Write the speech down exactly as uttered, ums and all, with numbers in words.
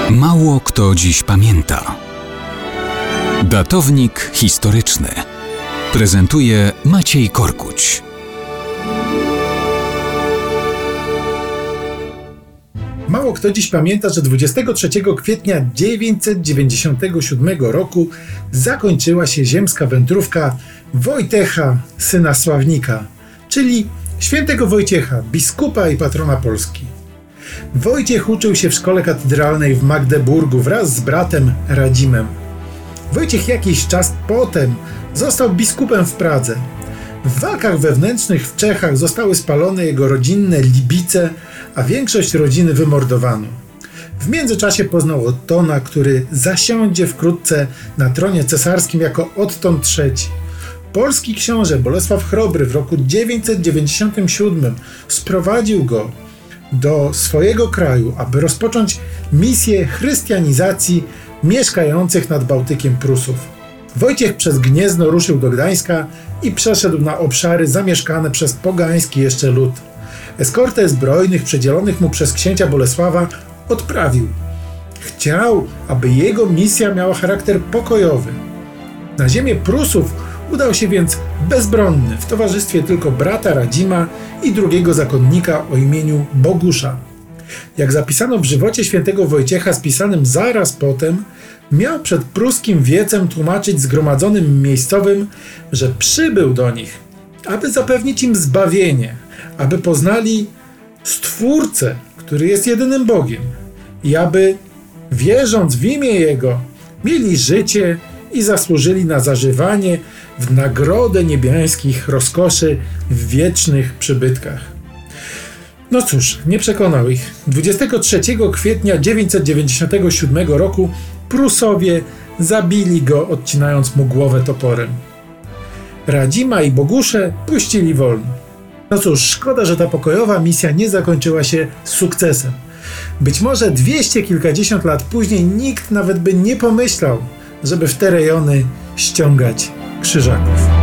Mało kto dziś pamięta. Datownik historyczny prezentuje Maciej Korkuć. Mało kto dziś pamięta, że dwudziestego trzeciego kwietnia dziewięćset dziewięćdziesiątego siódmego roku zakończyła się ziemska wędrówka Wojtecha, syna Sławnika, czyli świętego Wojciecha, biskupa i patrona Polski. Wojciech uczył się w szkole katedralnej w Magdeburgu wraz z bratem Radzimem. Wojciech jakiś czas potem został biskupem w Pradze. W walkach wewnętrznych w Czechach zostały spalone jego rodzinne Libice, a większość rodziny wymordowano. W międzyczasie poznał Ottona, który zasiądzie wkrótce na tronie cesarskim jako Otton trzeci. Polski książę Bolesław Chrobry w roku dziewięćset dziewięćdziesiątym siódmym sprowadził go do swojego kraju, aby rozpocząć misję chrystianizacji mieszkających nad Bałtykiem Prusów. Wojciech przez Gniezno ruszył do Gdańska i przeszedł na obszary zamieszkane przez pogański jeszcze lud. Eskortę zbrojnych przydzielonych mu przez księcia Bolesława odprawił. Chciał, aby jego misja miała charakter pokojowy. Na ziemię Prusów udał się więc bezbronny, w towarzystwie tylko brata Radzima i drugiego zakonnika o imieniu Bogusza. Jak zapisano w żywocie świętego Wojciecha spisanym zaraz potem, miał przed pruskim wiecem tłumaczyć zgromadzonym miejscowym, że przybył do nich, aby zapewnić im zbawienie, aby poznali Stwórcę, który jest jedynym Bogiem, i aby, wierząc w imię Jego, mieli życie i zasłużyli na zażywanie w nagrodę niebiańskich rozkoszy w wiecznych przybytkach. No cóż, nie przekonał ich. dwudziestego trzeciego kwietnia dziewięćset dziewięćdziesiątego siódmego roku Prusowie zabili go, odcinając mu głowę toporem. Radzima i Bogusze puścili wolno. No cóż, szkoda, że ta pokojowa misja nie zakończyła się sukcesem. Być może dwieście kilkadziesiąt lat później nikt nawet by nie pomyślał, żeby w te rejony ściągać krzyżaków.